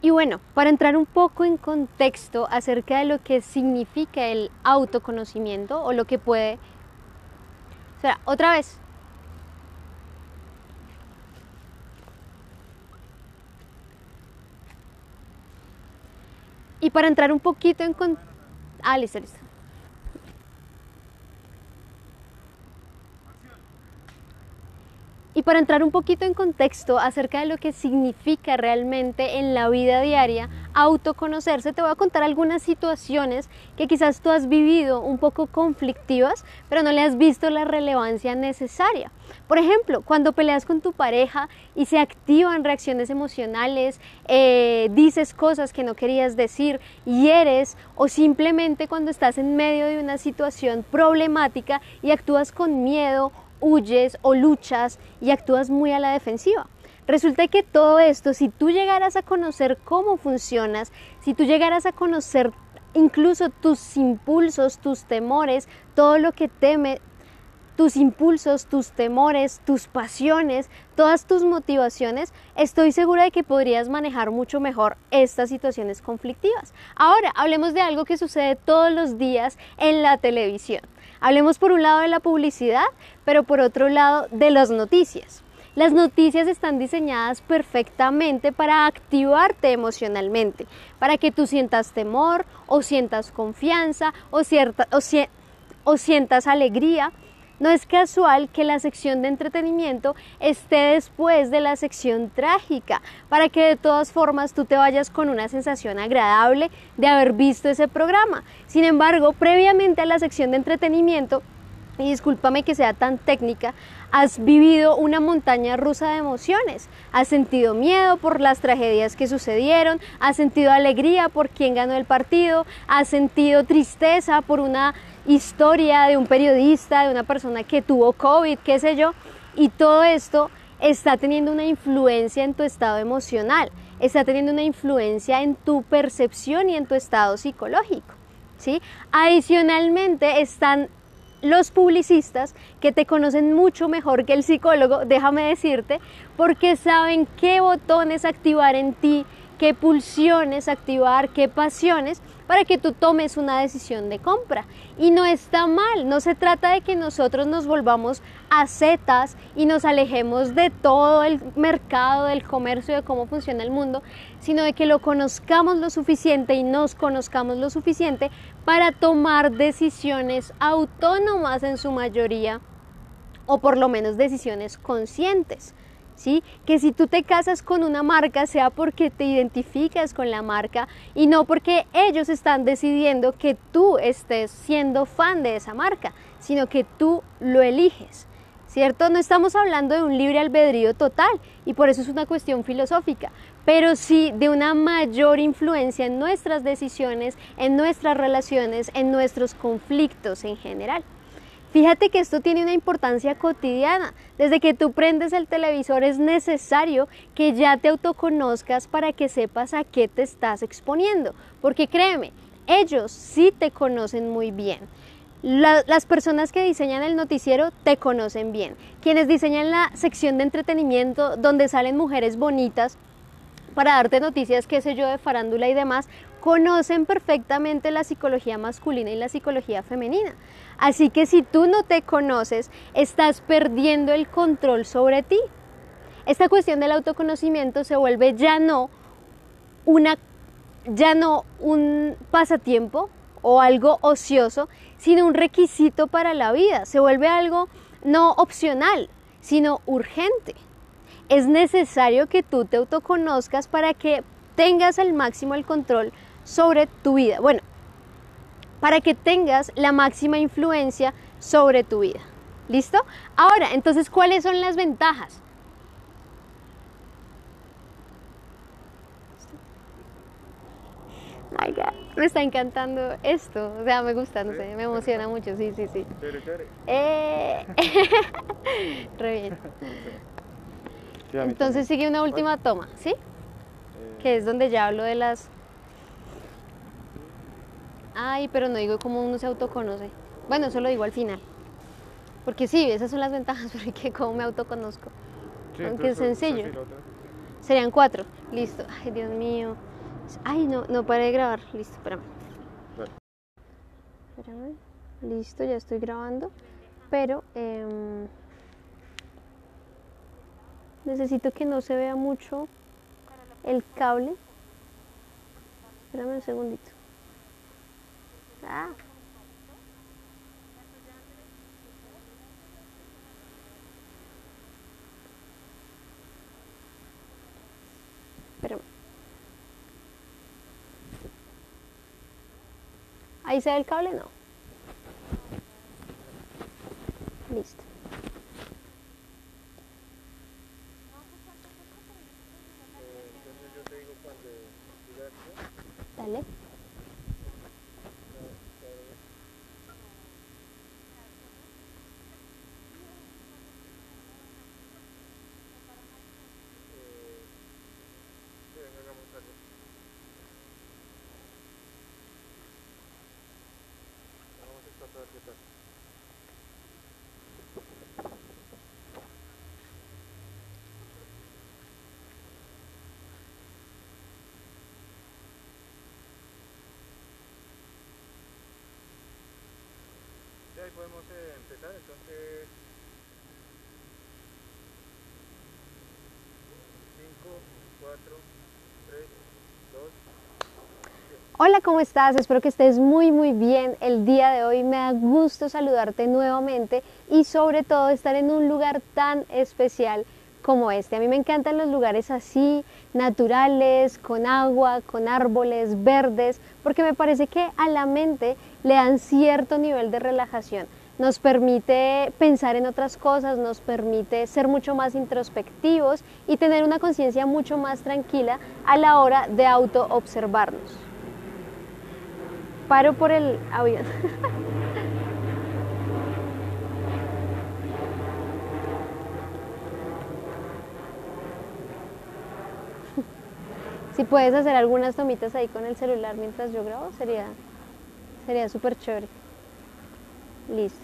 Y bueno, para entrar un poco en contexto acerca de lo que significa el autoconocimiento o lo que puede... Espera, otra vez. Y para entrar un poquito en contexto... Ah, listo, listo. Y para entrar un poquito en contexto acerca de lo que significa realmente en la vida diaria autoconocerse, te voy a contar algunas situaciones que quizás tú has vivido un poco conflictivas, pero no le has visto la relevancia necesaria. Por ejemplo, cuando peleas con tu pareja y se activan reacciones emocionales, dices cosas que no querías decir, hieres, o simplemente cuando estás en medio de una situación problemática y actúas con miedo, huyes o luchas y actúas muy a la defensiva. Resulta que todo esto, si tú llegaras a conocer cómo funcionas, si tú llegaras a conocer incluso tus impulsos, tus temores, todo lo que teme, tus impulsos, tus temores, tus pasiones, todas tus motivaciones, estoy segura de que podrías manejar mucho mejor estas situaciones conflictivas. Ahora, hablemos de algo que sucede todos los días en la televisión. Hablemos por un lado de la publicidad, pero por otro lado de las noticias. Las noticias están diseñadas perfectamente para activarte emocionalmente, para que tú sientas temor o sientas confianza o sientas alegría. No es casual que la sección de entretenimiento esté después de la sección trágica, para que de todas formas tú te vayas con una sensación agradable de haber visto ese programa. Sin embargo, previamente a la sección de entretenimiento, y discúlpame que sea tan técnica, has vivido una montaña rusa de emociones. Has sentido miedo por las tragedias que sucedieron, has sentido alegría por quien ganó el partido, has sentido tristeza por una historia de un periodista, de una persona que tuvo COVID, qué sé yo, y todo esto está teniendo una influencia en tu estado emocional, está teniendo una influencia en tu percepción y en tu estado psicológico, ¿sí? Adicionalmente están los publicistas que te conocen mucho mejor que el psicólogo, déjame decirte, porque saben qué botones activar en ti, qué pulsiones activar, qué pasiones, para que tú tomes una decisión de compra. Y no está mal, no se trata de que nosotros nos volvamos ascetas y nos alejemos de todo el mercado, del comercio, de cómo funciona el mundo, sino de que lo conozcamos lo suficiente y nos conozcamos lo suficiente para tomar decisiones autónomas en su mayoría, o por lo menos decisiones conscientes. ¿Sí? Que si tú te casas con una marca sea porque te identificas con la marca y no porque ellos están decidiendo que tú estés siendo fan de esa marca, sino que tú lo eliges, ¿cierto? No estamos hablando de un libre albedrío total y por eso es una cuestión filosófica, pero sí de una mayor influencia en nuestras decisiones, en nuestras relaciones, en nuestros conflictos en general. Fíjate que esto tiene una importancia cotidiana. Desde que tú prendes el televisor es necesario que ya te autoconozcas para que sepas a qué te estás exponiendo. Porque créeme, ellos sí te conocen muy bien. Las personas que diseñan el noticiero te conocen bien. Quienes diseñan la sección de entretenimiento donde salen mujeres bonitas para darte noticias, qué sé yo, de farándula y demás, conocen perfectamente la psicología masculina y la psicología femenina. Así que si tú no te conoces, estás perdiendo el control sobre ti. Esta cuestión del autoconocimiento se vuelve ya no un pasatiempo o algo ocioso, sino un requisito para la vida. Se vuelve algo no opcional, sino urgente. Es necesario que tú te autoconozcas para que tengas al máximo el control sobre tu vida. Bueno, para que tengas la máxima influencia sobre tu vida. ¿Listo? Ahora, entonces, ¿cuáles son las ventajas? My God, me está encantando esto. O sea, me gusta, no sé, me emociona mucho. Sí, sí, sí. Re bien. Entonces sigue una última toma, ¿sí? Que es donde ya hablo de las... Ay, pero no digo cómo uno se autoconoce. Bueno, eso lo digo al final. Porque sí, esas son las ventajas, porque cómo me autoconozco. Sí, aunque es sencillo. Serían 4. Listo. Ay, Dios mío. Ay, no, no paré de grabar. Listo, espérame. Vale. Espérame. Listo, ya estoy grabando. Pero necesito que no se vea mucho el cable. Espérame un segundito. Ah. Espérame. ¿Ahí se ve el cable? No. Listo. Entonces yo te digo cuando diga acción. Dale. Sí, venga, hagamos algo. Vamos a tratar de qué tal. Sí, ahí podemos empezar, entonces 5, 4, 3, 2. Hola, ¿cómo estás? Espero que estés muy bien el día de hoy. Me da gusto saludarte nuevamente y sobre todo estar en un lugar tan especial como este. A mí me encantan los lugares así, naturales, con agua, con árboles verdes, porque me parece que a la mente le dan cierto nivel de relajación. Nos permite pensar en otras cosas, nos permite ser mucho más introspectivos y tener una conciencia mucho más tranquila a la hora de autoobservarnos. Paro por el avión. Si puedes hacer algunas tomitas ahí con el celular mientras yo grabo, sería súper chévere. Listo.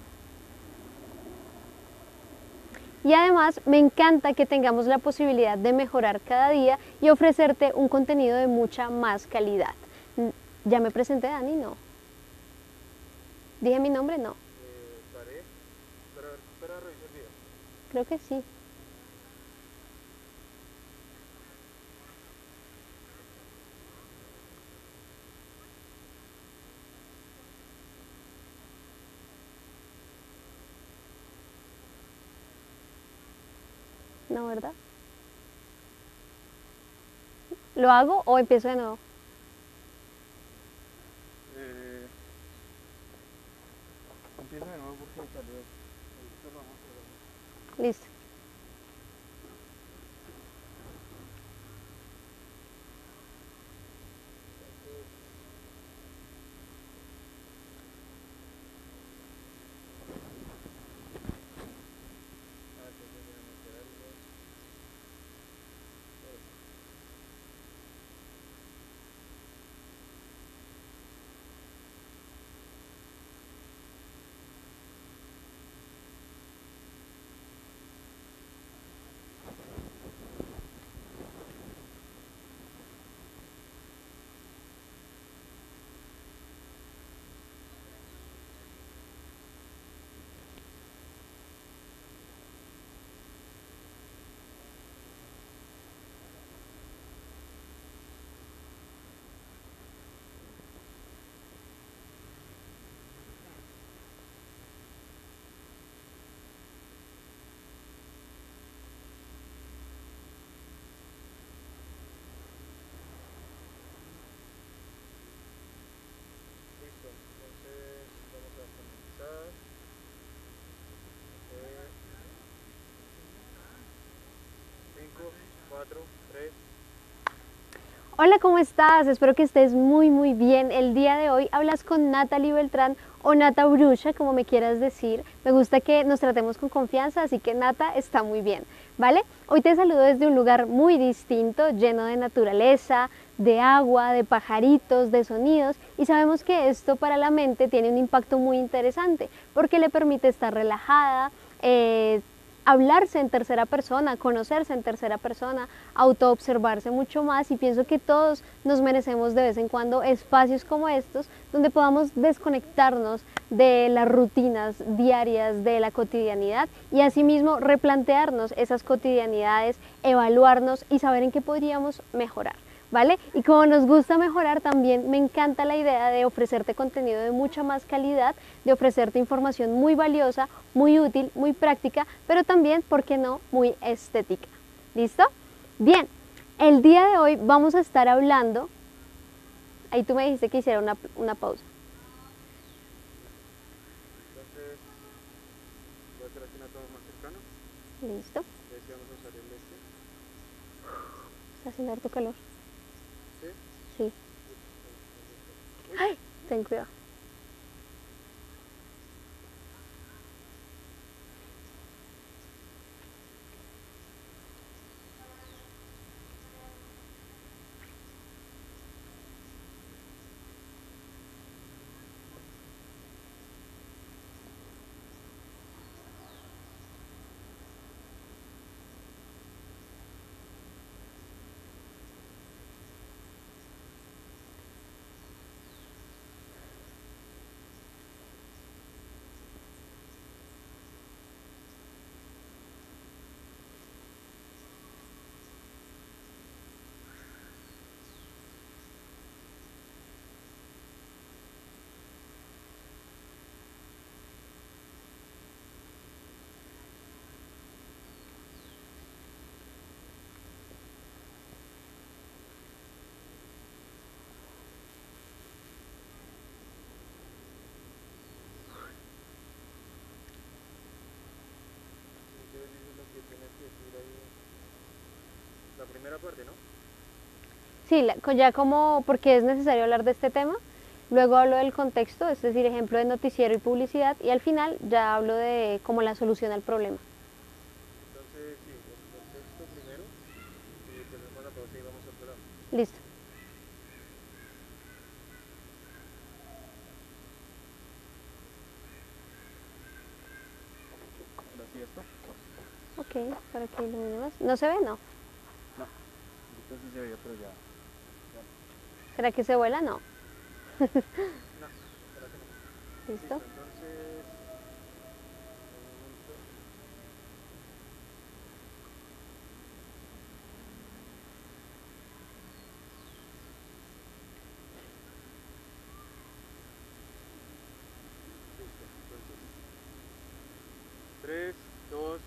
Y además me encanta que tengamos la posibilidad de mejorar cada día y ofrecerte un contenido de mucha más calidad. ¿Ya me presenté, Dani? No. ¿Dije mi nombre? No. Paré. Espera, revisar el video. Creo que sí. No, ¿verdad? ¿Lo hago o empiezo de nuevo? Empieza de nuevo porque salió. Esto lo vamos a hacer. Listo. Listo, entonces vamos a comenzar. 5, 4, 3. Hola, ¿cómo estás? Espero que estés muy bien. El día de hoy hablas con Natalie Beltrán o Nata Brucha, como me quieras decir. Me gusta que nos tratemos con confianza, así que Nata está muy bien, ¿vale? Hoy te saludo desde un lugar muy distinto, lleno de naturaleza, de agua, de pajaritos, de sonidos, y sabemos que esto para la mente tiene un impacto muy interesante porque le permite estar relajada, hablarse en tercera persona, conocerse en tercera persona, autoobservarse mucho más, y pienso que todos nos merecemos de vez en cuando espacios como estos donde podamos desconectarnos de las rutinas diarias de la cotidianidad y asimismo replantearnos esas cotidianidades, evaluarnos y saber en qué podríamos mejorar. ¿Vale? Y como nos gusta mejorar, también me encanta la idea de ofrecerte contenido de mucha más calidad, de ofrecerte información muy valiosa, muy útil, muy práctica, pero también, ¿por qué no?, muy estética. ¿Listo? Bien, el día de hoy vamos a estar hablando, ahí tú me dijiste que hiciera una pausa. Entonces, voy a hacer aquí una toma más cercana. Listo. Y así vamos a usar el este. Está haciendo harto calor. ¿Sí? Sí. Ay, ten cuidado. Entonces dices lo que tienes que decir ahí. La primera parte, ¿no? Sí, ya como porque es necesario hablar de este tema, luego hablo del contexto, es decir, ejemplo de noticiero y publicidad, y al final ya hablo de como la solución al problema. Entonces, sí, el contexto primero y tenemos la pausa y vamos al programa. Listo. Ahora sí, esto. Ok, para que ilumine más. ¿No se ve? No. No, ahorita sí se veía, pero ya. ¿Será que se vuela? No. No, espera que no. ¿Listo? Entonces, un momento. Listo, entonces. 3, 2.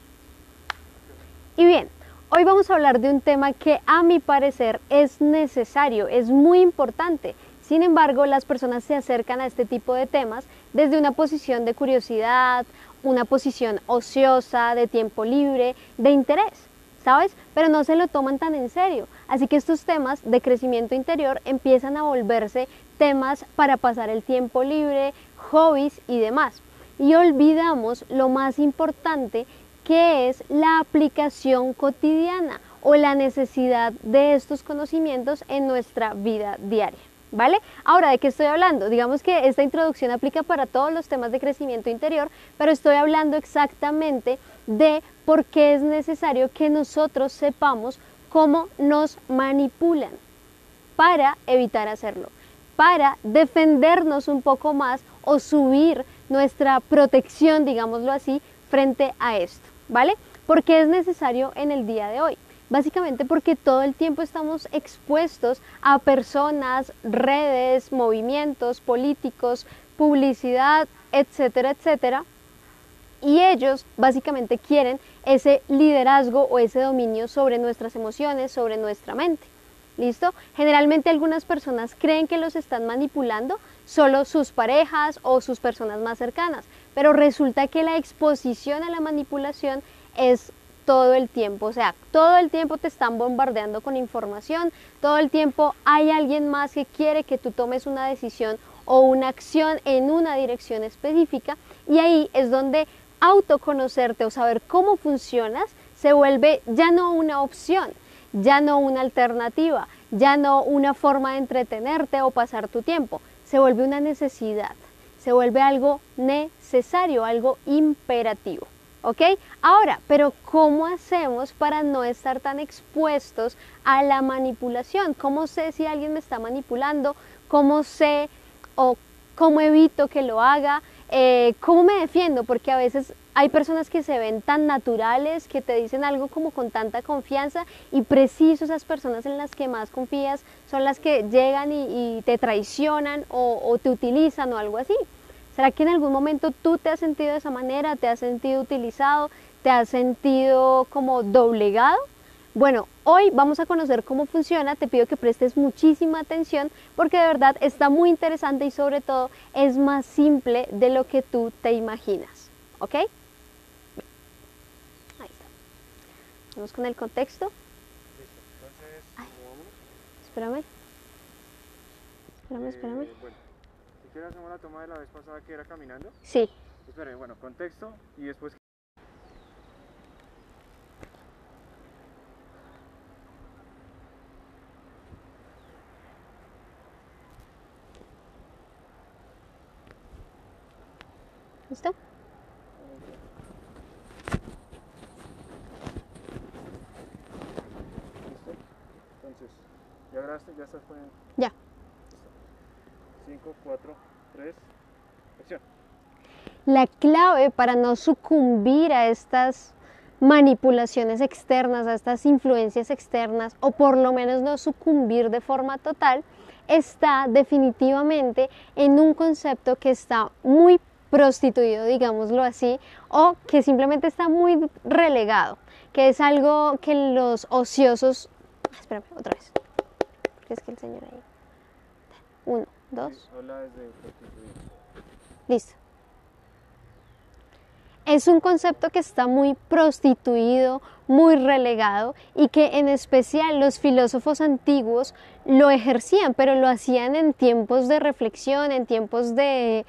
Y bien, hoy vamos a hablar de un tema que a mi parecer es necesario, es muy importante. Sin embargo, las personas se acercan a este tipo de temas desde una posición de curiosidad, una posición ociosa, de tiempo libre, de interés, ¿sabes? Pero no se lo toman tan en serio. Así que estos temas de crecimiento interior empiezan a volverse temas para pasar el tiempo libre, hobbies y demás. Y olvidamos lo más importante, que es la aplicación cotidiana o la necesidad de estos conocimientos en nuestra vida diaria. ¿Vale? Ahora, ¿de qué estoy hablando? Digamos que esta introducción aplica para todos los temas de crecimiento interior, pero estoy hablando exactamente de por qué es necesario que nosotros sepamos cómo nos manipulan para evitar hacerlo, para defendernos un poco más o subir nuestra protección, digámoslo así, frente a esto, ¿vale? ¿Por qué es necesario en el día de hoy? Básicamente porque todo el tiempo estamos expuestos a personas, redes, movimientos políticos, publicidad, etcétera, etcétera. Y ellos básicamente quieren ese liderazgo o ese dominio sobre nuestras emociones, sobre nuestra mente. ¿Listo? Generalmente algunas personas creen que los están manipulando solo sus parejas o sus personas más cercanas, pero resulta que la exposición a la manipulación es todo el tiempo, o sea, todo el tiempo te están bombardeando con información, todo el tiempo hay alguien más que quiere que tú tomes una decisión o una acción en una dirección específica, y ahí es donde autoconocerte o saber cómo funcionas se vuelve ya no una opción, ya no una alternativa, ya no una forma de entretenerte o pasar tu tiempo, se vuelve una necesidad, se vuelve algo necesario, algo imperativo. ¿Ok? Ahora, pero ¿cómo hacemos para no estar tan expuestos a la manipulación? ¿Cómo sé si alguien me está manipulando? ¿Cómo sé o cómo evito que lo haga? ¿Cómo me defiendo? Porque a veces hay personas que se ven tan naturales, que te dicen algo como con tanta confianza y preciso esas personas en las que más confías son las que llegan y te traicionan o te utilizan o algo así. ¿Será que en algún momento tú te has sentido de esa manera, te has sentido utilizado, te has sentido como doblegado? Bueno, hoy vamos a conocer cómo funciona, te pido que prestes muchísima atención porque de verdad está muy interesante y sobre todo es más simple de lo que tú te imaginas, ¿ok? Ahí está. Vamos con el contexto. Listo. Entonces, Ay. ¿cómo vamos? Espérame. Bueno, si quieres hacemos la toma de la vez pasada que era caminando. Sí. Espere, bueno, contexto y después... ¿Listo? ¿Listo? Entonces, ¿ya grabaste? ¿Ya estás poniendo? Ya. 5, 4, 3, acción. La clave para no sucumbir a estas manipulaciones externas, a estas influencias externas, o por lo menos no sucumbir de forma total, está definitivamente en un concepto que está muy prostituido, digámoslo así, o que simplemente está muy relegado, que es algo que los ociosos... Espérame, otra vez, porque es que el señor ahí... 1, 2... Sí, habla desde prostituido. Listo. Es un concepto que está muy prostituido, muy relegado y que en especial los filósofos antiguos lo ejercían, pero lo hacían en tiempos de reflexión, en tiempos de...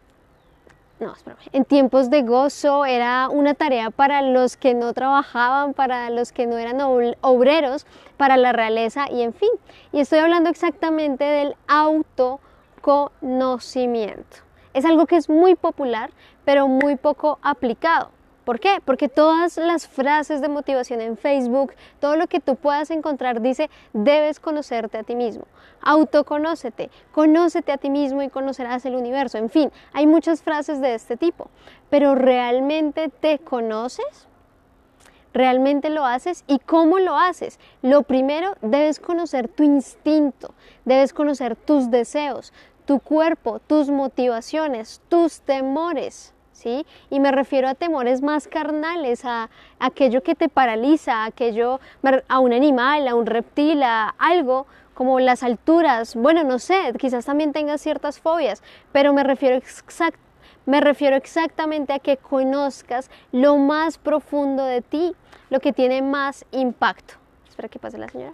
en tiempos de gozo, era una tarea para los que no trabajaban, para los que no eran obreros, para la realeza y en fin. Y estoy hablando exactamente del autoconocimiento. Es algo que es muy popular, pero muy poco aplicado. ¿Por qué? Porque todas las frases de motivación en Facebook, todo lo que tú puedas encontrar dice, debes conocerte a ti mismo, autoconócete, conócete a ti mismo y conocerás el universo. En fin, hay muchas frases de este tipo, pero ¿realmente te conoces? ¿Realmente lo haces? ¿Y cómo lo haces? Lo primero, debes conocer tu instinto, debes conocer tus deseos, tu cuerpo, tus motivaciones, tus temores, ¿sí? Y me refiero a temores más carnales, a aquello que te paraliza, a un animal, a un reptil, a algo como las alturas. Bueno, no sé, quizás también tengas ciertas fobias, pero me refiero exactamente a que conozcas lo más profundo de ti, lo que tiene más impacto. Espera que pase la señora.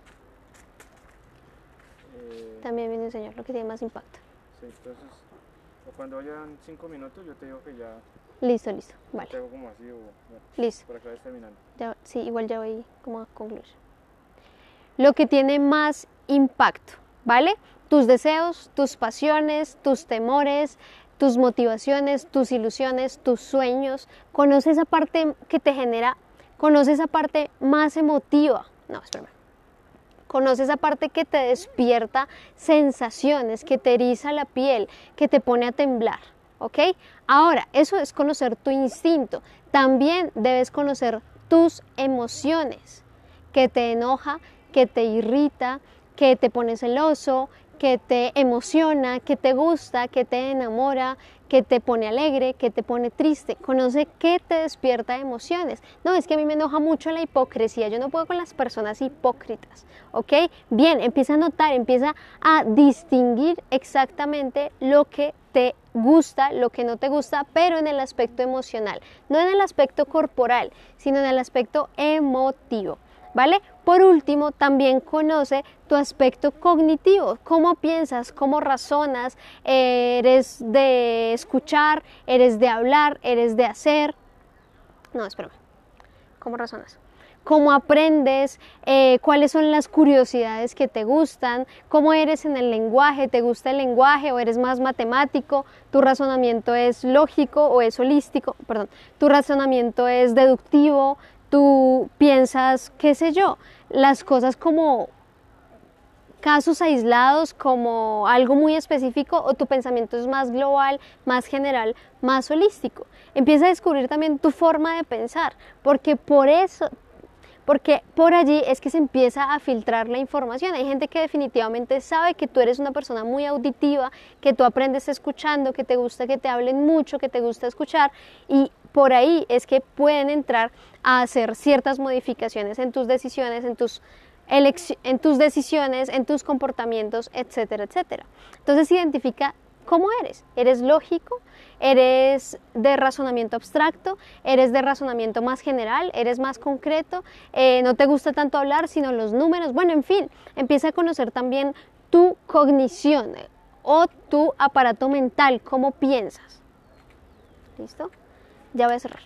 También viene el señor, lo que tiene más impacto. Sí, entonces, o cuando vayan 5 minutos, yo te digo que ya... Listo, vale. Te hago como así o... Bueno, Listo. por acá vayas terminando. Ya, sí, igual ya voy como a concluir. Lo que tiene más impacto, ¿vale? Tus deseos, tus pasiones, tus temores, tus motivaciones, tus ilusiones, tus sueños. Conoce esa parte que te genera, conoce esa parte más emotiva. No, espérame. Conoce esa parte que te despierta sensaciones, que te eriza la piel, que te pone a temblar, ¿ok? Ahora, eso es conocer tu instinto. También debes conocer tus emociones, que te enoja, que te irrita, que te pone celoso, que te emociona, que te gusta, que te enamora, que te pone alegre, que te pone triste. Conoce qué te despierta emociones. No, es que a mí me enoja mucho la hipocresía. Yo no puedo con las personas hipócritas, ¿ok? Bien, empieza a notar, empieza a distinguir exactamente lo que te gusta, lo que no te gusta, pero en el aspecto emocional. No en el aspecto corporal, sino en el aspecto emotivo. ¿Vale? Por último, también conoce tu aspecto cognitivo, cómo piensas, cómo razonas, eres de escuchar, eres de hablar, eres de hacer. No, espérame, ¿cómo razonas? cómo aprendes, cuáles son las curiosidades que te gustan, cómo eres en el lenguaje, te gusta el lenguaje o eres más matemático, tu razonamiento es lógico o es holístico, perdón, tu razonamiento es deductivo, tú piensas, qué sé yo, las cosas como casos aislados, como algo muy específico, o tu pensamiento es más global, más general, más holístico. Empieza a descubrir también tu forma de pensar, porque por allí es que se empieza a filtrar la información. Hay gente que definitivamente sabe que tú eres una persona muy auditiva, que tú aprendes escuchando, que te gusta que te hablen mucho, que te gusta escuchar, y por ahí es que pueden entrar a hacer ciertas modificaciones en tus decisiones, en tus decisiones, en tus comportamientos, etcétera, etcétera. Entonces identifica cómo eres. ¿Eres lógico? ¿Eres de razonamiento abstracto? ¿Eres de razonamiento más general? ¿Eres más concreto? ¿No te gusta tanto hablar sino los números? Bueno, en fin, empieza a conocer también tu cognición o tu aparato mental, cómo piensas. ¿Listo? Ya voy a cerrar.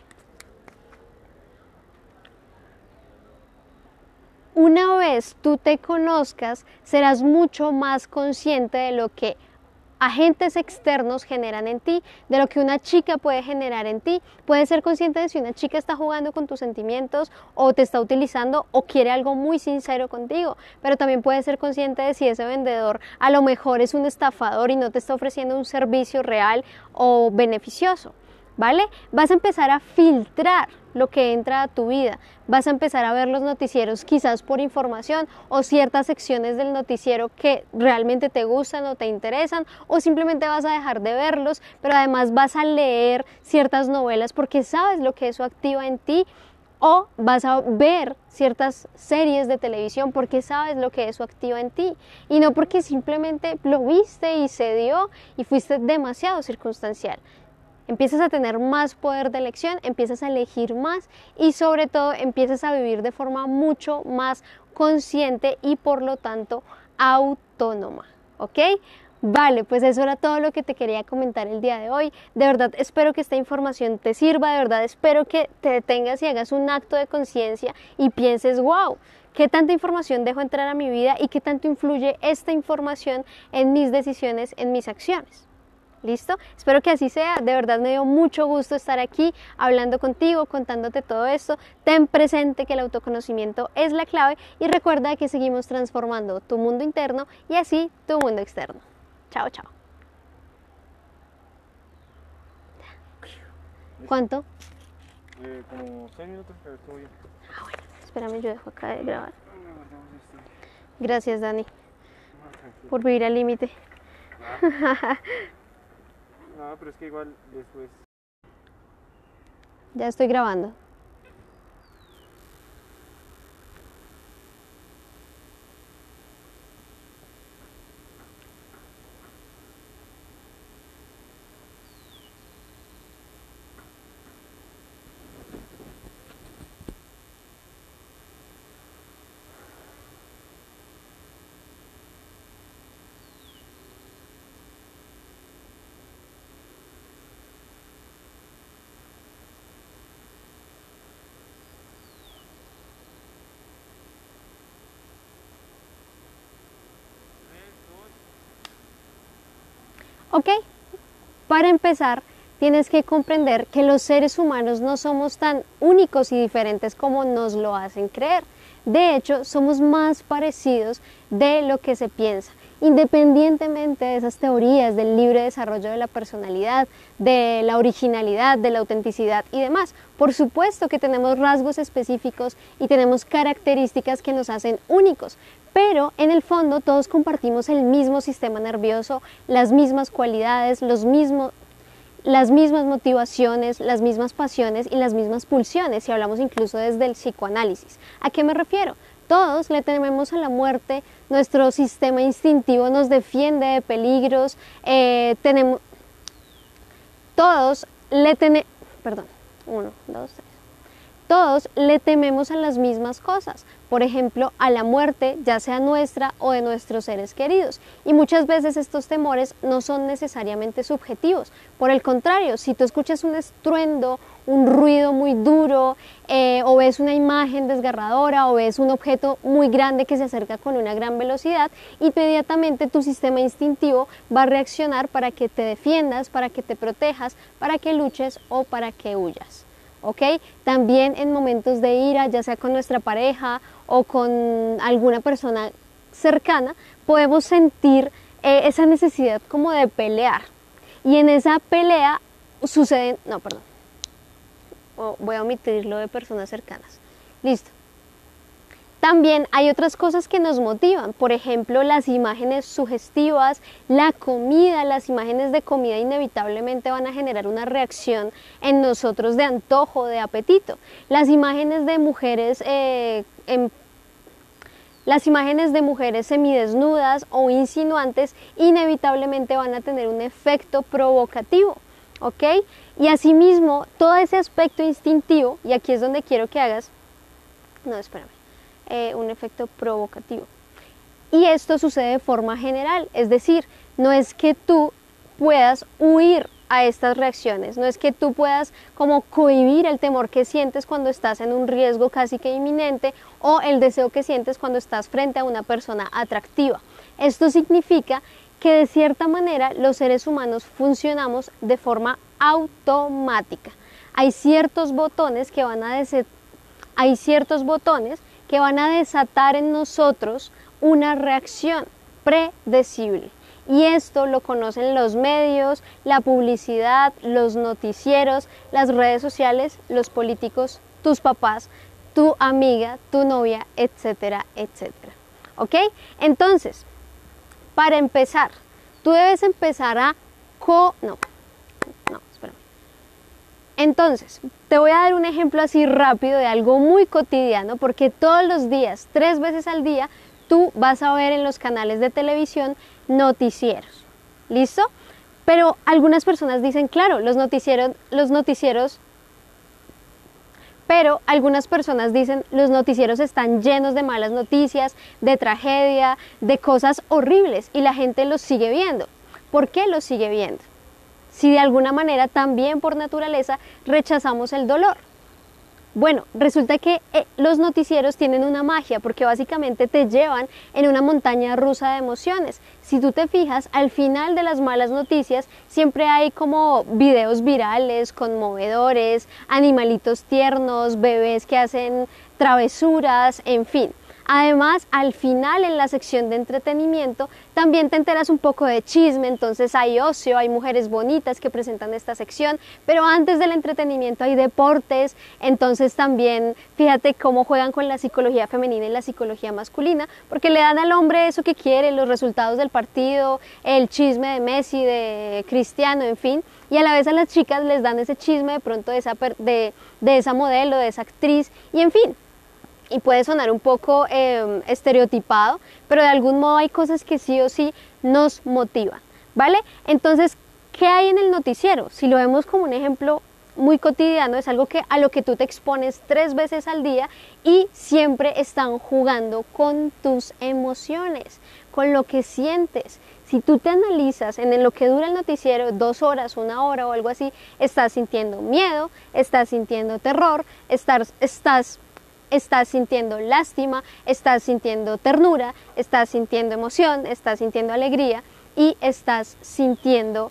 Una vez tú te conozcas, serás mucho más consciente de lo que agentes externos generan en ti, de lo que una chica puede generar en ti. Puedes ser consciente de si una chica está jugando con tus sentimientos o te está utilizando o quiere algo muy sincero contigo, pero también puedes ser consciente de si ese vendedor a lo mejor es un estafador y no te está ofreciendo un servicio real o beneficioso. ¿Vale? Vas a empezar a filtrar lo que entra a tu vida, vas a empezar a ver los noticieros quizás por información o ciertas secciones del noticiero que realmente te gustan o te interesan, o simplemente vas a dejar de verlos, pero además vas a leer ciertas novelas porque sabes lo que eso activa en ti, o vas a ver ciertas series de televisión porque sabes lo que eso activa en ti y no porque simplemente lo viste y se dio y fuiste demasiado circunstancial. Empiezas a tener más poder de elección, empiezas a elegir más y sobre todo empiezas a vivir de forma mucho más consciente y por lo tanto autónoma, ¿ok? Vale, pues eso era todo lo que te quería comentar el día de hoy. De verdad espero que esta información te sirva, de verdad espero que te detengas y hagas un acto de conciencia y pienses, wow, ¿qué tanta información dejo entrar a mi vida y qué tanto influye esta información en mis decisiones, en mis acciones? ¿Listo? Espero que así sea. De verdad me dio mucho gusto estar aquí hablando contigo, contándote todo esto. Ten presente que el autoconocimiento es la clave y recuerda que seguimos transformando tu mundo interno y así tu mundo externo. Chao, chao. ¿Cuánto? Como 6 minutos, pero estuvo bien. Ah, bueno. Espérame, yo dejo acá de grabar. Gracias, Dani, por vivir al límite. No, pero es que igual después... Ya estoy grabando. ¿Ok? Para empezar, tienes que comprender que los seres humanos no somos tan únicos y diferentes como nos lo hacen creer. De hecho, somos más parecidos de lo que se piensa. Independientemente de esas teorías del libre desarrollo de la personalidad, de la originalidad, de la autenticidad y demás, por supuesto que tenemos rasgos específicos y tenemos características que nos hacen únicos, pero en el fondo todos compartimos el mismo sistema nervioso, las mismas cualidades, las mismas motivaciones, las mismas pasiones y las mismas pulsiones, si hablamos incluso desde el psicoanálisis. ¿A qué me refiero? Todos le tememos a la muerte, nuestro sistema instintivo nos defiende de peligros, todos le tememos a las mismas cosas, por ejemplo, a la muerte, ya sea nuestra o de nuestros seres queridos. Y muchas veces estos temores no son necesariamente subjetivos. Por el contrario, si tú escuchas un estruendo, un ruido muy duro, o ves una imagen desgarradora, o ves un objeto muy grande que se acerca con una gran velocidad, inmediatamente tu sistema instintivo va a reaccionar para que te defiendas, para que te protejas, para que luches o para que huyas. ¿Ok? También en momentos de ira, ya sea con nuestra pareja o con alguna persona cercana, podemos sentir esa necesidad como de pelear. Y en esa pelea suceden, no, perdón, voy a omitir lo de personas cercanas. Listo. También hay otras cosas que nos motivan, por ejemplo, las imágenes sugestivas, la comida, las imágenes de comida inevitablemente van a generar una reacción en nosotros de antojo, de apetito. Las imágenes de mujeres semidesnudas o insinuantes inevitablemente van a tener un efecto provocativo, ¿ok? Y asimismo, todo ese aspecto instintivo, y aquí es donde quiero que hagas, no, espérame, un efecto provocativo. Y esto sucede de forma general, es decir, no es que tú puedas huir a estas reacciones, no es que tú puedas como cohibir el temor que sientes cuando estás en un riesgo casi que inminente o el deseo que sientes cuando estás frente a una persona atractiva. Esto significa que de cierta manera los seres humanos funcionamos de forma automática. Hay ciertos botones que van a desatar en nosotros una reacción predecible. Y esto lo conocen los medios, la publicidad, los noticieros, las redes sociales, los políticos, tus papás, tu amiga, tu novia, etcétera, etcétera. ¿Ok? Entonces, para empezar, tú debes empezar a Entonces, te voy a dar un ejemplo así rápido de algo muy cotidiano, porque todos los días, 3 veces al día, tú vas a ver en los canales de televisión noticieros. ¿Listo? Pero algunas personas dicen, claro, pero algunas personas dicen, los noticieros están llenos de malas noticias, de tragedia, de cosas horribles, y la gente los sigue viendo. ¿Por qué los sigue viendo? Si de alguna manera también por naturaleza rechazamos el dolor. Bueno, resulta que los noticieros tienen una magia porque básicamente te llevan en una montaña rusa de emociones. Si tú te fijas, al final de las malas noticias siempre hay como videos virales, conmovedores, animalitos tiernos, bebés que hacen travesuras, en fin. Además, al final en la sección de entretenimiento también te enteras un poco de chisme, entonces hay ocio, hay mujeres bonitas que presentan esta sección, pero antes del entretenimiento hay deportes, entonces también fíjate cómo juegan con la psicología femenina y la psicología masculina, porque le dan al hombre eso que quiere, los resultados del partido, el chisme de Messi, de Cristiano, en fin, y a la vez a las chicas les dan ese chisme de pronto de esa modelo, de esa actriz, y en fin. Y puede sonar un poco estereotipado, pero de algún modo hay cosas que sí o sí nos motivan, ¿vale? Entonces, ¿qué hay en el noticiero? Si lo vemos como un ejemplo muy cotidiano, es algo a lo que tú te expones 3 veces al día y siempre están jugando con tus emociones, con lo que sientes. Si tú te analizas en lo que dura el noticiero, 2 horas, 1 hora o algo así, estás sintiendo miedo, estás sintiendo terror, estás sintiendo lástima, estás sintiendo ternura, estás sintiendo emoción, estás sintiendo alegría y estás sintiendo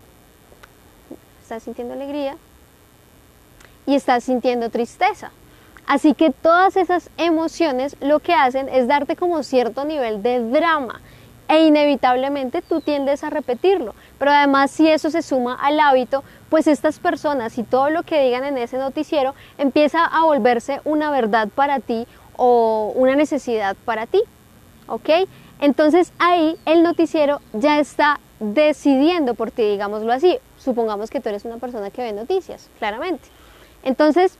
alegría y estás sintiendo tristeza. Así que todas esas emociones lo que hacen es darte como cierto nivel de drama e inevitablemente tú tiendes a repetirlo. Pero además, si eso se suma al hábito, pues estas personas y todo lo que digan en ese noticiero empieza a volverse una verdad para ti o una necesidad para ti, ¿ok? Entonces ahí el noticiero ya está decidiendo por ti, digámoslo así. Supongamos que tú eres una persona que ve noticias, claramente. Entonces,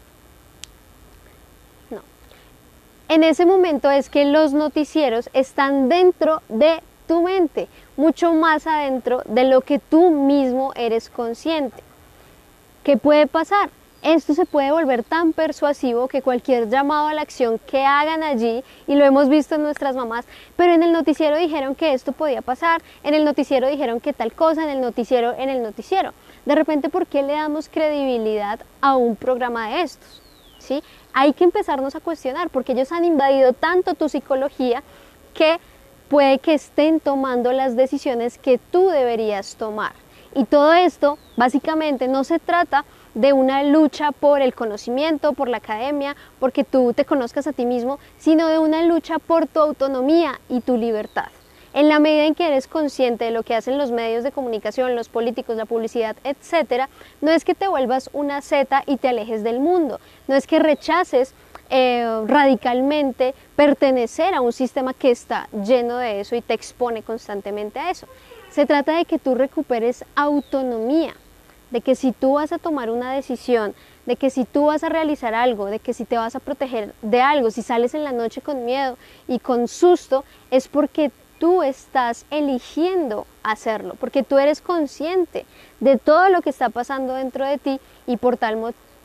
no. En ese momento es que los noticieros están dentro de tu mente, mucho más adentro de lo que tú mismo eres consciente. ¿Qué puede pasar? Esto se puede volver tan persuasivo que cualquier llamado a la acción que hagan allí, y lo hemos visto en nuestras mamás, pero en el noticiero dijeron que esto podía pasar, en el noticiero dijeron que tal cosa, en el noticiero, De repente, ¿por qué le damos credibilidad a un programa de estos? ¿Sí? Hay que empezarnos a cuestionar, porque ellos han invadido tanto tu psicología que puede que estén tomando las decisiones que tú deberías tomar. Y todo esto, básicamente, no se trata de una lucha por el conocimiento, por la academia, porque tú te conozcas a ti mismo, sino de una lucha por tu autonomía y tu libertad. En la medida en que eres consciente de lo que hacen los medios de comunicación, los políticos, la publicidad, etcétera, no es que te vuelvas una zeta y te alejes del mundo, no es que rechaces radicalmente pertenecer a un sistema que está lleno de eso y te expone constantemente a eso. Se trata de que tú recuperes autonomía, de que si tú vas a tomar una decisión, de que si tú vas a realizar algo, de que si te vas a proteger de algo, si sales en la noche con miedo y con susto, es porque tú estás eligiendo hacerlo, porque tú eres consciente de todo lo que está pasando dentro de ti y por tal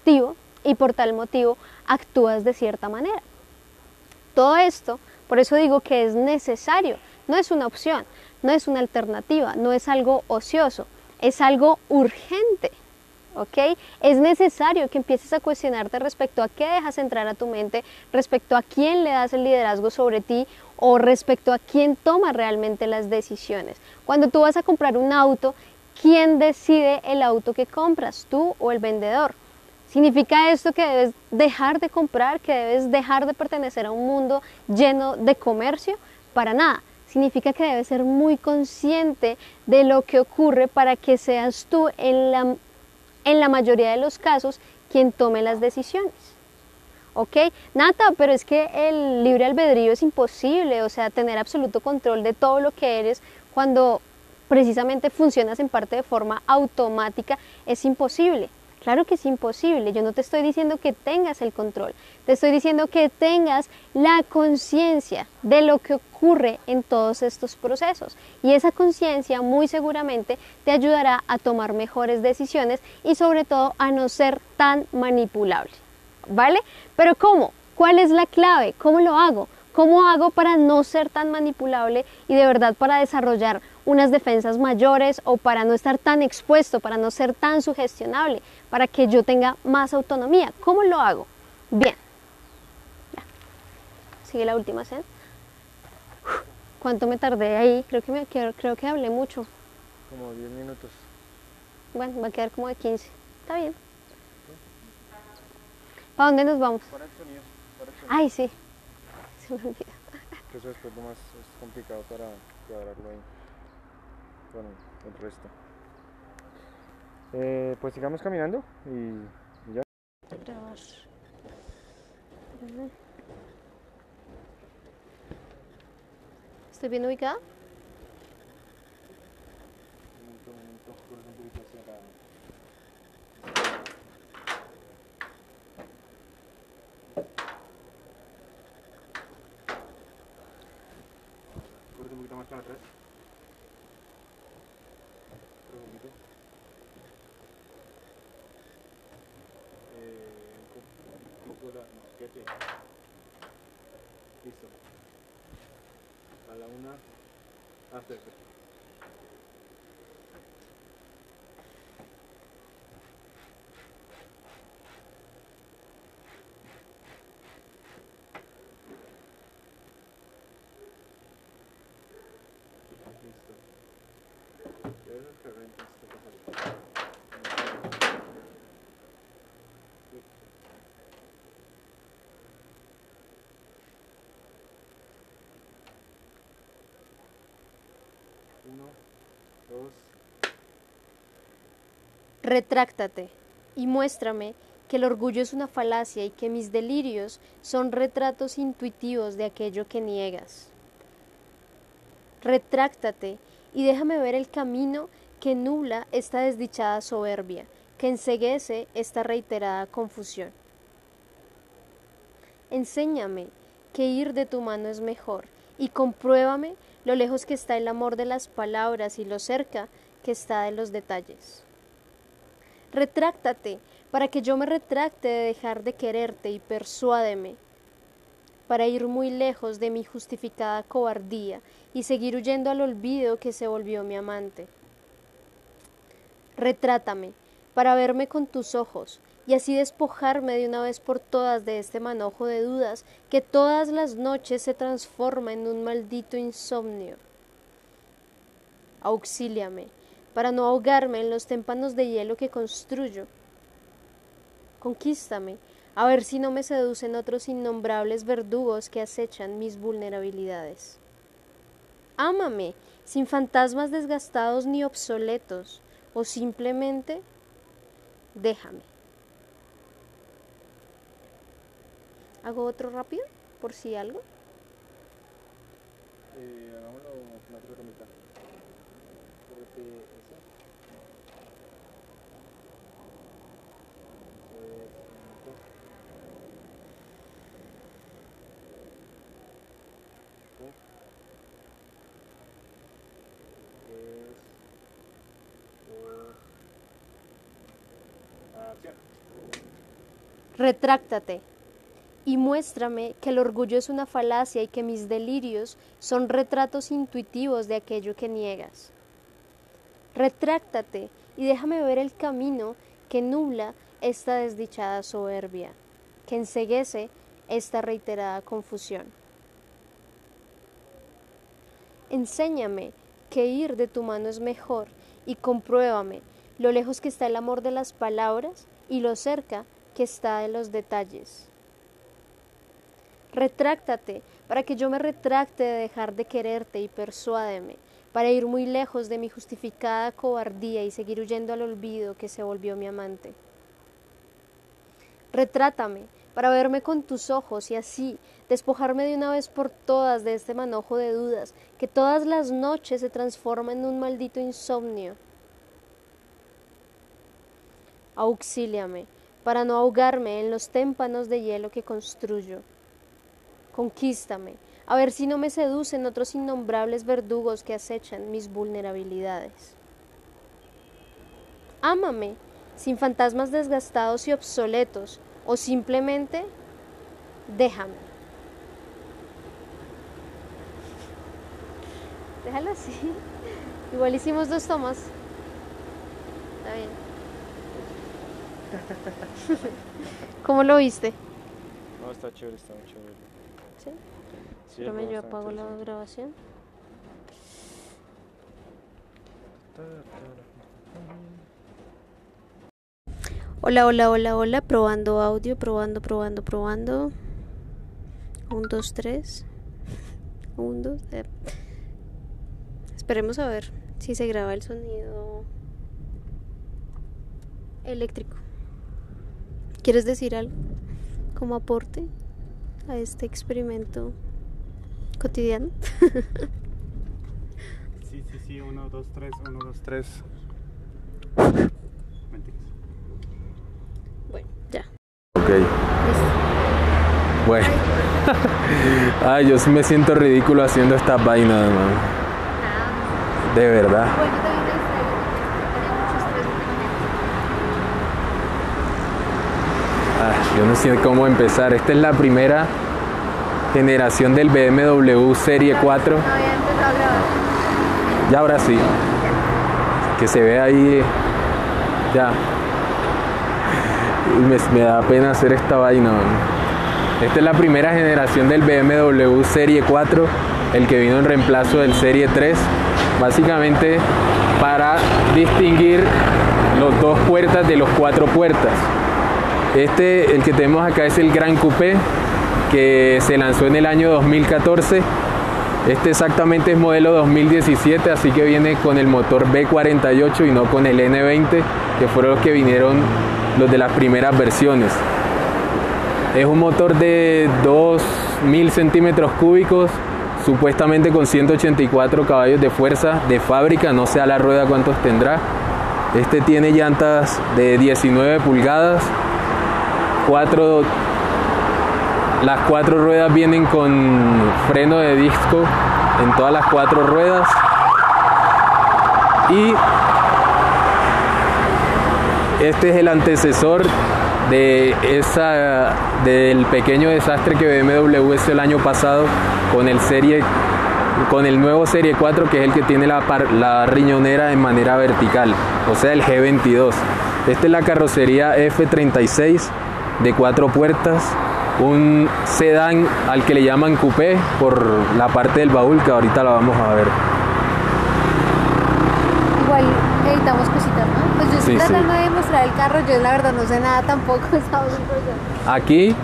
motivo actúas de cierta manera. Todo esto, por eso digo que es necesario, no es una opción, no es una alternativa, no es algo ocioso, es algo urgente, ¿ok? Es necesario que empieces a cuestionarte respecto a qué dejas entrar a tu mente, respecto a quién le das el liderazgo sobre ti o respecto a quién toma realmente las decisiones. Cuando tú vas a comprar un auto, ¿quién decide el auto que compras, tú o el vendedor? ¿Significa esto que debes dejar de comprar, que debes dejar de pertenecer a un mundo lleno de comercio? Para nada. Significa que debes ser muy consciente de lo que ocurre para que seas tú en la mayoría de los casos quien tome las decisiones. ¿Ok? Nata, pero es que el libre albedrío es imposible, o sea, tener absoluto control de todo lo que eres cuando precisamente funcionas en parte de forma automática es imposible. Claro que es imposible, yo no te estoy diciendo que tengas el control, te estoy diciendo que tengas la conciencia de lo que ocurre en todos estos procesos y esa conciencia muy seguramente te ayudará a tomar mejores decisiones y sobre todo a no ser tan manipulable, ¿vale? Pero ¿cómo? ¿Cuál es la clave? ¿Cómo lo hago? ¿Cómo hago para no ser tan manipulable y de verdad para desarrollar unas defensas mayores o para no estar tan expuesto, para no ser tan sugestionable, para que yo tenga más autonomía? ¿Cómo lo hago? Bien. Ya. Sigue la última escena. ¿Cuánto me tardé ahí? Creo que hablé mucho. Como 10 minutos. Bueno, va a quedar como de 15. Está bien. ¿Para dónde nos vamos? Para el sonido. Ay, sí. Se me olvidó. Eso después lo más es complicado para cuadrarlo ahí. Bueno, el resto. Pues sigamos caminando y ya. Grabar. ¿Estoy bien ubicada? Corre un poquito más para atrás. Corre un poquito. Listo. A la una. Perfecto. Listo. Ya esas corrientes te pasan. Uno, dos. Retráctate y muéstrame que el orgullo es una falacia y que mis delirios son retratos intuitivos de aquello que niegas. Retráctate y déjame ver el camino que nubla esta desdichada soberbia, que enceguece esta reiterada confusión. Enséñame que ir de tu mano es mejor y compruébame lo lejos que está el amor de las palabras y lo cerca que está de los detalles. Retráctate para que yo me retracte de dejar de quererte y persuádeme para ir muy lejos de mi justificada cobardía y seguir huyendo al olvido que se volvió mi amante. Retrátame, para verme con tus ojos, y así despojarme de una vez por todas de este manojo de dudas que todas las noches se transforma en un maldito insomnio. Auxíliame, para no ahogarme en los témpanos de hielo que construyo. Conquístame, a ver si no me seducen otros innombrables verdugos que acechan mis vulnerabilidades. Ámame, sin fantasmas desgastados ni obsoletos, o simplemente déjame. ¿Hago otro rápido? Por si algo. Hagámoslo con la otra mitad. Porque eso. Acción. Retráctate y muéstrame que el orgullo es una falacia y que mis delirios son retratos intuitivos de aquello que niegas. Retráctate y déjame ver el camino que nubla esta desdichada soberbia, que enceguece esta reiterada confusión. Enséñame que ir de tu mano es mejor y compruébame lo lejos que está el amor de las palabras y lo cerca que está de los detalles. Retráctate para que yo me retracte de dejar de quererte y persuádeme para ir muy lejos de mi justificada cobardía y seguir huyendo al olvido que se volvió mi amante. Retrátame para verme con tus ojos y así despojarme de una vez por todas de este manojo de dudas que todas las noches se transforma en un maldito insomnio. Auxíliame para no ahogarme en los témpanos de hielo que construyo. Conquístame, a ver si no me seducen otros innombrables verdugos que acechan mis vulnerabilidades. Ámame, sin fantasmas desgastados y obsoletos, o simplemente déjame. Déjalo así. Igual hicimos 2 tomas. Está bien. ¿Cómo lo viste? No, está chévere, está muy chévere. ¿Sí? Sí, Espérame, yo está apago la interesante. grabación. Hola, hola, hola, hola. Probando audio, probando. 1, 2, 3. 1, 2. Esperemos a ver si se graba el sonido eléctrico. ¿Quieres decir algo como aporte a este experimento cotidiano? Sí, 1, 2, 3, 1, 2, 3. Mentiras. Bueno, ya. Ok, Listo. bueno. Ay, yo sí me siento ridículo haciendo estas vainas, man. Nada. De verdad. Bueno, yo también me distraigo porque tenía mucho estrés últimamente. Yo no sé cómo empezar. Esta es la primera generación del BMW Serie 4. No había empezado a grabar. Ya ahora sí. Que se ve ahí. Ya. Y me da pena hacer esta vaina, man. Esta es la primera generación del BMW Serie 4, el que vino en reemplazo del Serie 3, básicamente para distinguir los 2 puertas de los 4 puertas. El que tenemos acá es el Gran Coupé, que se lanzó en el año 2014. Este exactamente es modelo 2017, así que viene con el motor B48 y no con el N20, que fueron los que vinieron los de las primeras versiones. Es un motor de 2000 centímetros cúbicos, supuestamente con 184 caballos de fuerza de fábrica, no sé a la rueda cuántos tendrá. Este tiene llantas de 19 pulgadas, las 4 ruedas vienen con freno de disco en todas las 4 ruedas y este es el antecesor del pequeño desastre que BMW hizo el año pasado con el Serie con el nuevo Serie 4, que es el que tiene la riñonera en manera vertical, o sea, el G22. Esta es la carrocería F36 de 4 puertas, un sedán al que le llaman coupé por la parte del baúl, que ahorita la vamos a ver. Igual editamos cositas, ¿no? Pues yo estoy Sí, tratando de mostrar el carro, yo la verdad no sé nada tampoco, estamos en proceso. Aquí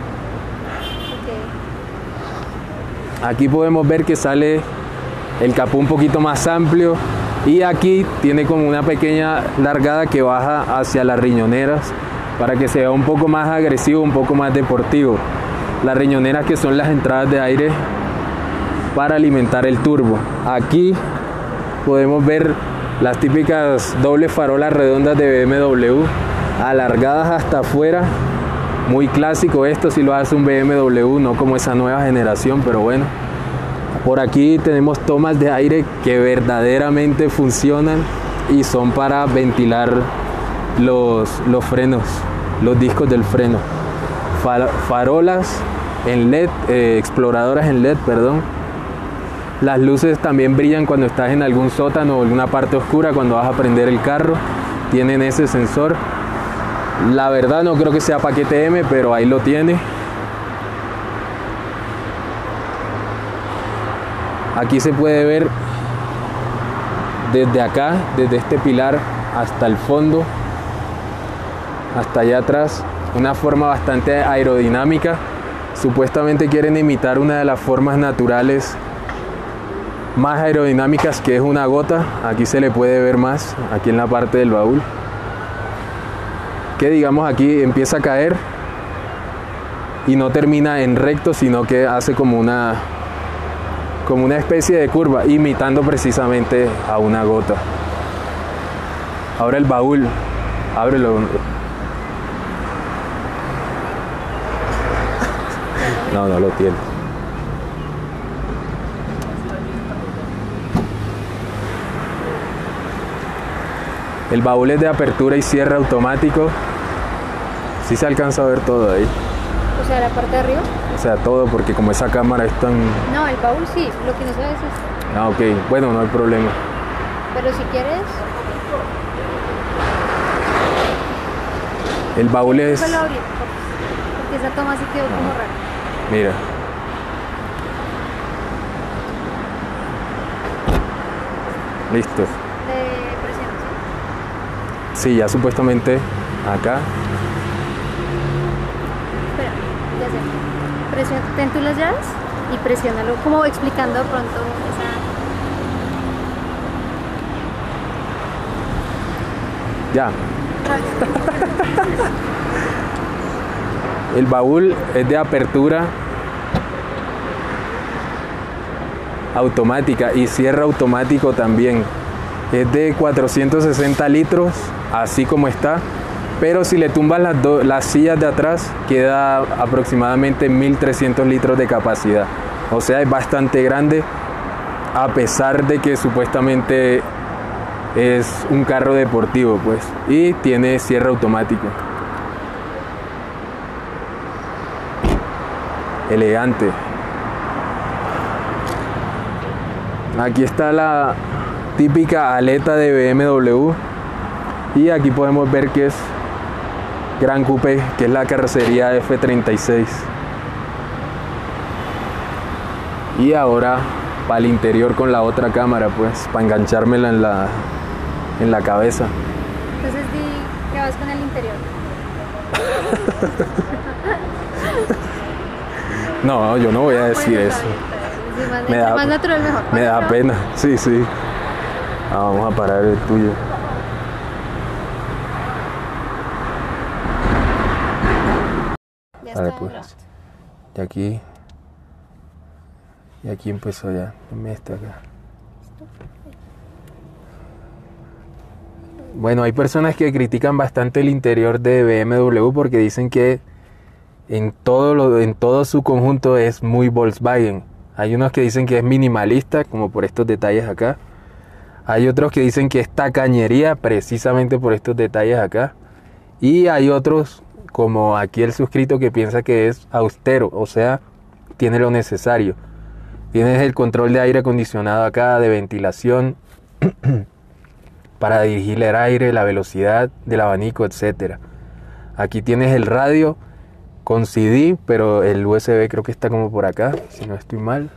Ok. podemos ver que sale el capó un poquito más amplio, y aquí tiene como una pequeña largada que baja hacia las riñoneras para que se vea un poco más agresivo, un poco más deportivo. Las riñoneras, que son las entradas de aire para alimentar el turbo. Aquí podemos ver las típicas dobles farolas redondas de BMW, alargadas hasta afuera. Muy clásico esto, si lo hace un BMW, no como esa nueva generación, pero bueno. Por aquí tenemos tomas de aire que verdaderamente funcionan y son para ventilar los frenos, los discos del freno. Farolas en LED, exploradoras en LED, perdón. Las luces también brillan cuando estás en algún sótano o alguna parte oscura, cuando vas a prender el carro. Tienen ese sensor. La verdad no creo que sea paquete M, pero ahí lo tiene. Aquí se puede ver desde acá, desde este pilar hasta el fondo, hasta allá atrás, una forma bastante aerodinámica. Supuestamente quieren imitar una de las formas naturales más aerodinámicas, que es una gota. Aquí se le puede ver más, aquí en la parte del baúl, que digamos aquí empieza a caer y no termina en recto, sino que hace como una especie de curva, imitando precisamente a una gota. Ahora el baúl, ábrelo. No, no lo tiene. El baúl es de apertura y cierre automático. Sí se alcanza a ver todo ahí. O sea, la parte de arriba. O sea, todo, porque como esa cámara es tan... No, el baúl sí, lo que no se ve es esto. Ah, ok. Bueno, no hay problema. Pero si quieres... El baúl es... Déjalo abrir, porque esa toma sí quedó como rara. Mira. Listo. De presión, ¿sí? Sí, ya supuestamente acá. Espera, ya sé. Ten tú las llaves y presiónalo, como explicando de pronto esa... Ya. El baúl es de apertura automática y cierre automático también. Es de 460 litros, así como está. Pero si le tumbas las sillas de atrás, queda aproximadamente 1300 litros de capacidad. O sea, es bastante grande, a pesar de que supuestamente es un carro deportivo, pues. Y tiene cierre automático. Elegante. Aquí está la típica aleta de BMW. Y aquí podemos ver que es Gran Coupe, que es la carrocería F36. Y ahora para el interior con la otra cámara, pues, para enganchármela en la cabeza. Entonces di que vas con el interior. No, yo no voy a decir Bueno, eso. Sí, más natural mejor. Me da pena, sí, sí. Vamos a parar el tuyo. Ya A ver, está. pues. Y aquí empezó ya. Dame esta acá. Bueno, hay personas que critican bastante el interior de BMW porque dicen que en todo su conjunto es muy Volkswagen. Hay unos que dicen que es minimalista, como por estos detalles acá. Hay otros que dicen que es tacañería, precisamente por estos detalles acá. Y hay otros, como aquí el suscrito, que piensa que es austero, o sea, tiene lo necesario. Tienes el control de aire acondicionado acá, de ventilación, para dirigir el aire, la velocidad del abanico, etcétera. Aquí tienes el radio con CD, pero el USB creo que está como por acá, si no estoy mal.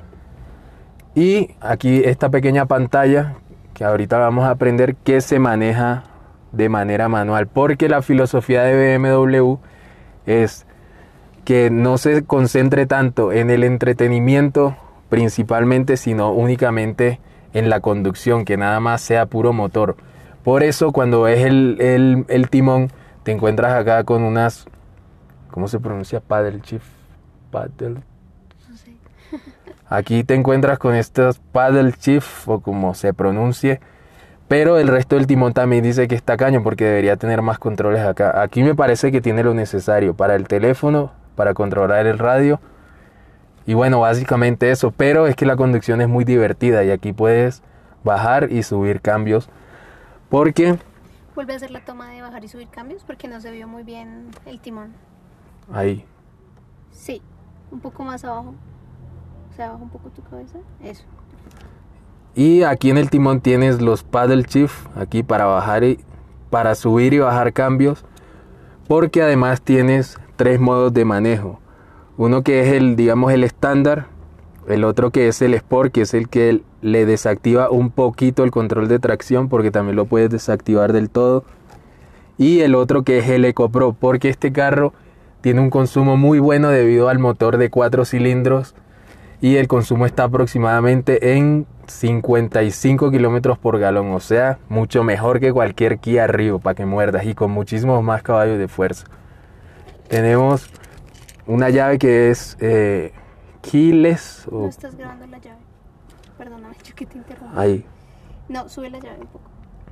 Y aquí esta pequeña pantalla que ahorita vamos a aprender que se maneja de manera manual, porque la filosofía de BMW es que no se concentre tanto en el entretenimiento principalmente, sino únicamente en la conducción, que nada más sea puro motor. Por eso cuando ves el timón, te encuentras acá con unas, ¿cómo se pronuncia? Paddle shift. Paddle. No sé. Aquí te encuentras con estas paddle shift, o como se pronuncie, pero el resto del timón también dice que está caño, porque debería tener más controles acá. Aquí me parece que tiene lo necesario para el teléfono, para controlar el radio, y bueno, básicamente eso. Pero es que la conducción es muy divertida, y aquí puedes bajar y subir cambios, porque Vuelve a hacer la toma de bajar y subir cambios, porque no se vio muy bien el timón. ahí, Sí, un poco más abajo. O sea, baja un poco tu cabeza. Eso. y aquí en el timón tienes los paddle shift, aquí para bajar y para subir y bajar cambios, porque además tienes 3 modos de manejo. Uno que es el, digamos, el estándar, el otro que es el Sport, que es el que le desactiva un poquito el control de tracción, porque también lo puedes desactivar del todo, y el otro que es el Eco Pro, porque este carro tiene un consumo muy bueno debido al motor de 4 cilindros, y el consumo está aproximadamente en 55 kilómetros por galón, o sea, mucho mejor que cualquier Kia Rio, para que muerdas, y con muchísimos más caballos de fuerza. Tenemos una llave que es keyless, No o estás grabando la llave. Perdóname, yo que te interrumpo. ahí, No, sube la llave un poco.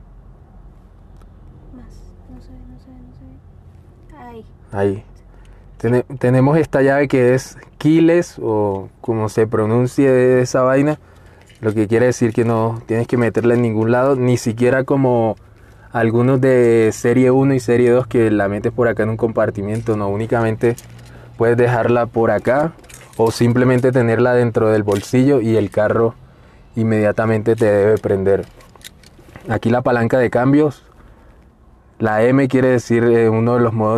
Más. No se ve, no se ve, no se ve. Ahí. ahí. Tenemos esta llave que es keyless, o como se pronuncie esa vaina, lo que quiere decir que no tienes que meterla en ningún lado, ni siquiera como algunos de serie 1 y serie 2 que la metes por acá en un compartimiento. No, únicamente puedes dejarla por acá, o simplemente tenerla dentro del bolsillo, y el carro inmediatamente te debe prender. Aquí la palanca de cambios, la M quiere decir uno de los modos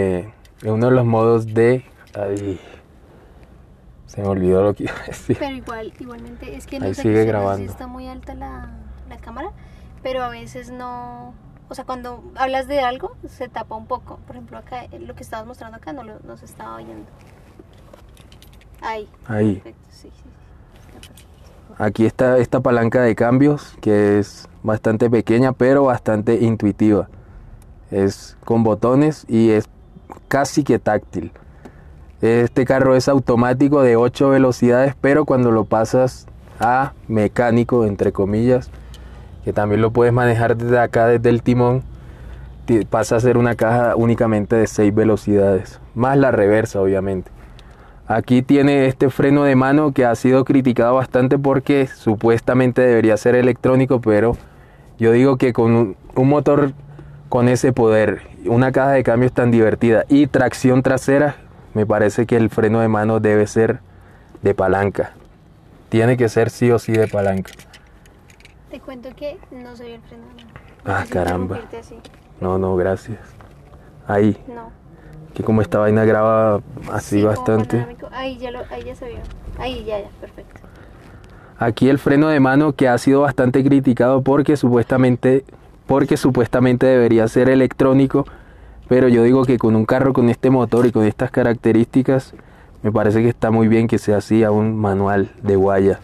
de ay, se me olvidó lo que iba a decir. Pero igualmente, es que Ahí no sé, sigue no sé grabando. si está muy alta la cámara, pero a veces no. O sea, cuando hablas de algo, se tapa un poco. Por ejemplo, acá, lo que estabas mostrando acá no se estaba oyendo. Ahí. Ahí. Perfecto, sí, sí, sí. Está perfecto. Aquí está esta palanca de cambios, que es bastante pequeña pero bastante intuitiva. Es con botones y es casi que táctil. Este carro es automático de 8 velocidades, pero cuando lo pasas a mecánico, entre comillas, que también lo puedes manejar desde acá, desde el timón, pasa a ser una caja únicamente de 6 velocidades, más la reversa, obviamente. Aquí tiene este freno de mano que ha sido criticado bastante porque supuestamente debería ser electrónico, pero yo digo que con un motor con ese poder, una caja de cambios tan divertida y tracción trasera, me parece que el freno de mano debe ser de palanca. Tiene que ser sí o sí de palanca. Te cuento que no se vio el freno de mano. Ah, No quise caramba. interrumpirte así. No, gracias. Ahí, No. que como esta vaina graba así Sí, como bastante. panorámico. Ahí ya se vio. Ahí ya, perfecto. Aquí el freno de mano, que ha sido bastante criticado porque supuestamente debería ser electrónico, pero yo digo que con un carro con este motor y con estas características, me parece que está muy bien que sea así, a un manual de guaya.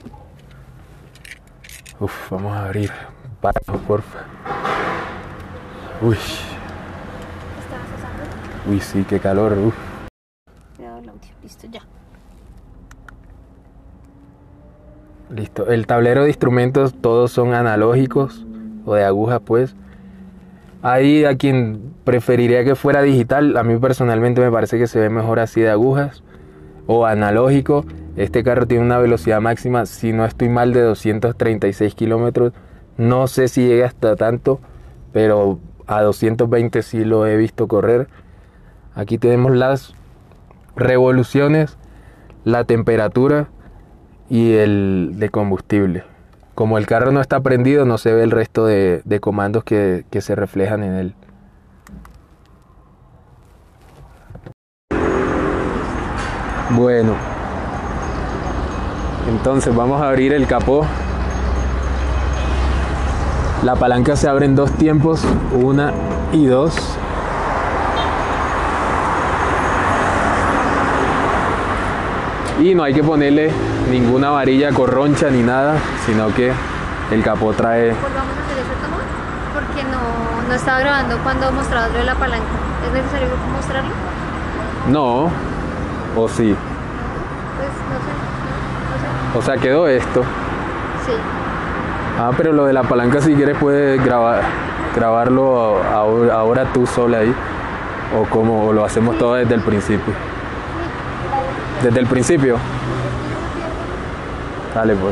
Uf, vamos a abrir. Para, porfa. Uy, ¿Estabas usando? uy, sí, qué calor. Uf. Cuidado el audio. Listo, ya. Listo. El tablero de instrumentos todos son analógicos o de aguja, pues. Hay a quien preferiría que fuera digital. A mí personalmente me parece que se ve mejor así de agujas o analógico. Este carro tiene una velocidad máxima, si no estoy mal, de 236 kilómetros. No sé si llega hasta tanto, pero a 220 sí lo he visto correr. Aquí tenemos las revoluciones, la temperatura y el de combustible. Como el carro no está prendido, no se ve el resto de comandos que se reflejan en él. Bueno, entonces vamos a abrir el capó. La palanca se abre en 2 tiempos, 1 y 2. Y no hay que ponerle ninguna varilla corroncha ni nada, sino que el capó trae... Volvamos a hacer ese tomo porque no estaba grabando cuando mostrabas lo de la palanca. ¿Es necesario mostrarlo? No, o sí. Pues no sé. O sea, quedó esto. Sí. Ah, pero lo de la palanca, si quieres puedes grabarlo ahora tú sola ahí. O lo hacemos todo desde el principio. Desde el principio. Dale pues.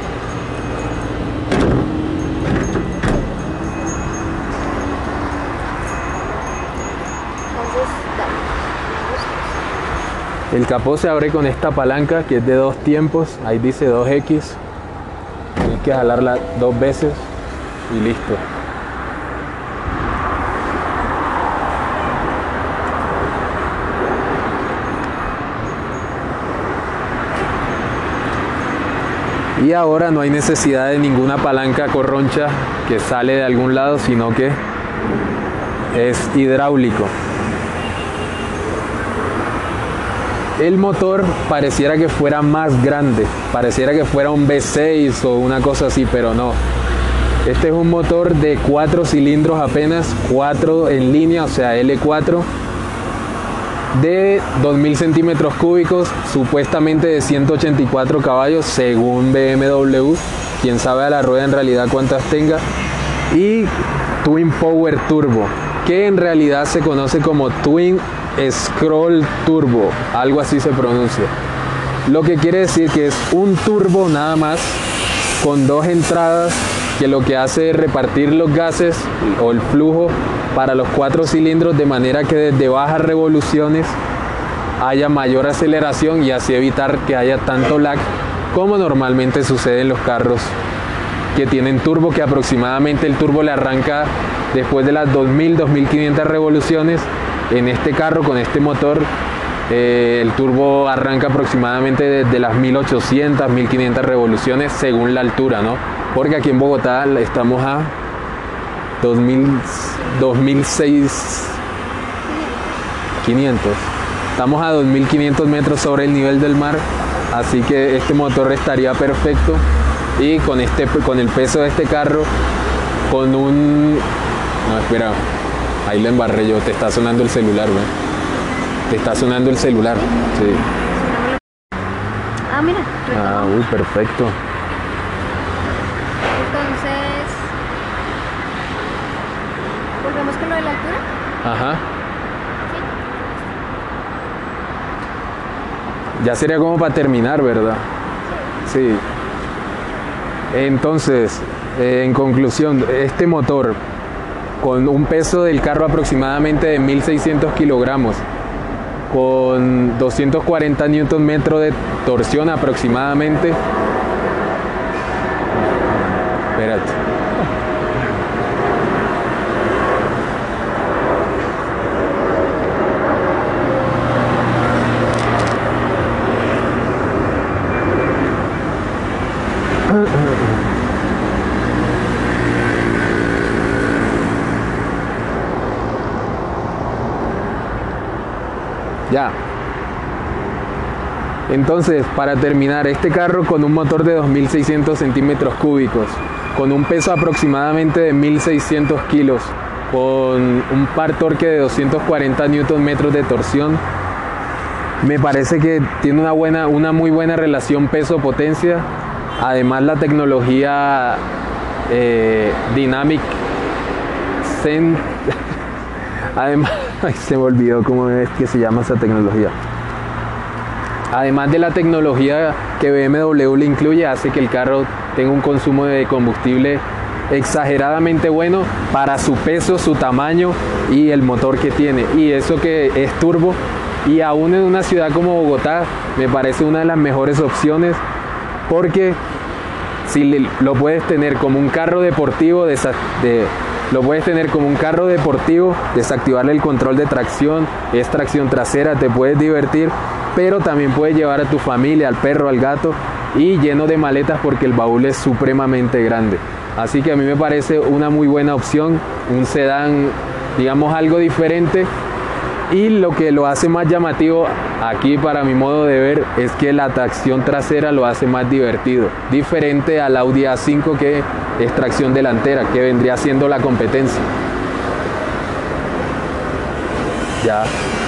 El capó se abre con esta palanca que es de 2 tiempos. Ahí dice 2X. Tienes que jalarla 2 veces y listo. Y ahora no hay necesidad de ninguna palanca corroncha que sale de algún lado, sino que es hidráulico. El motor pareciera que fuera más grande, pareciera que fuera un V6 o una cosa así, pero no. Este es un motor de 4 cilindros apenas, 4 en línea, o sea L4, de 2000 centímetros cúbicos, supuestamente de 184 caballos según BMW, quién sabe a la rueda en realidad cuántas tenga, y Twin Power Turbo, que en realidad se conoce como Twin Scroll Turbo, algo así se pronuncia, lo que quiere decir que es un turbo nada más con 2 entradas, que lo que hace es repartir los gases o el flujo para los 4 cilindros de manera que desde bajas revoluciones haya mayor aceleración y así evitar que haya tanto lag como normalmente sucede en los carros que tienen turbo, que aproximadamente el turbo le arranca después de las 2000-2500 revoluciones. En este carro con este motor el turbo arranca aproximadamente desde las 1800-1500 revoluciones según la altura, ¿no? Porque aquí en Bogotá estamos a 2500. Estamos a 2500 metros sobre el nivel del mar, así que este motor estaría perfecto. Y con el peso de este carro, con un... No, espera, ahí lo embarré yo, te está sonando el celular, ¿no? Te está sonando el celular, sí. Ah, mira. Ah, uy, perfecto. Entonces, ¿volvemos con lo de la altura? Ajá. Ya sería como para terminar, ¿verdad? Sí. Entonces, en conclusión, este motor con un peso del carro aproximadamente de 1600 kilogramos, con 240 newton metro de torsión aproximadamente. Espérate. Ya. Entonces, para terminar, este carro con un motor de 2600 centímetros cúbicos, con un peso aproximadamente de 1600 kilos, con un par torque de 240 newton metros de torsión, me parece que tiene una muy buena relación peso-potencia. Además, la tecnología Dynamic Zen. Además, se me olvidó cómo es que se llama esa tecnología. Además de la tecnología que BMW le incluye, hace que el carro tenga un consumo de combustible exageradamente bueno para su peso, su tamaño y el motor que tiene. Y eso que es turbo, y aún en una ciudad como Bogotá me parece una de las mejores opciones porque si lo puedes tener como un carro deportivo, lo puedes tener como un carro deportivo, desactivarle el control de tracción, es tracción trasera, te puedes divertir, pero también puedes llevar a tu familia, al perro, al gato, y lleno de maletas porque el baúl es supremamente grande. Así que a mí me parece una muy buena opción, un sedán, digamos, algo diferente. Y lo que lo hace más llamativo aquí, para mi modo de ver, es que la tracción trasera lo hace más divertido, diferente al Audi A5, que es tracción delantera, que vendría siendo la competencia. Ya.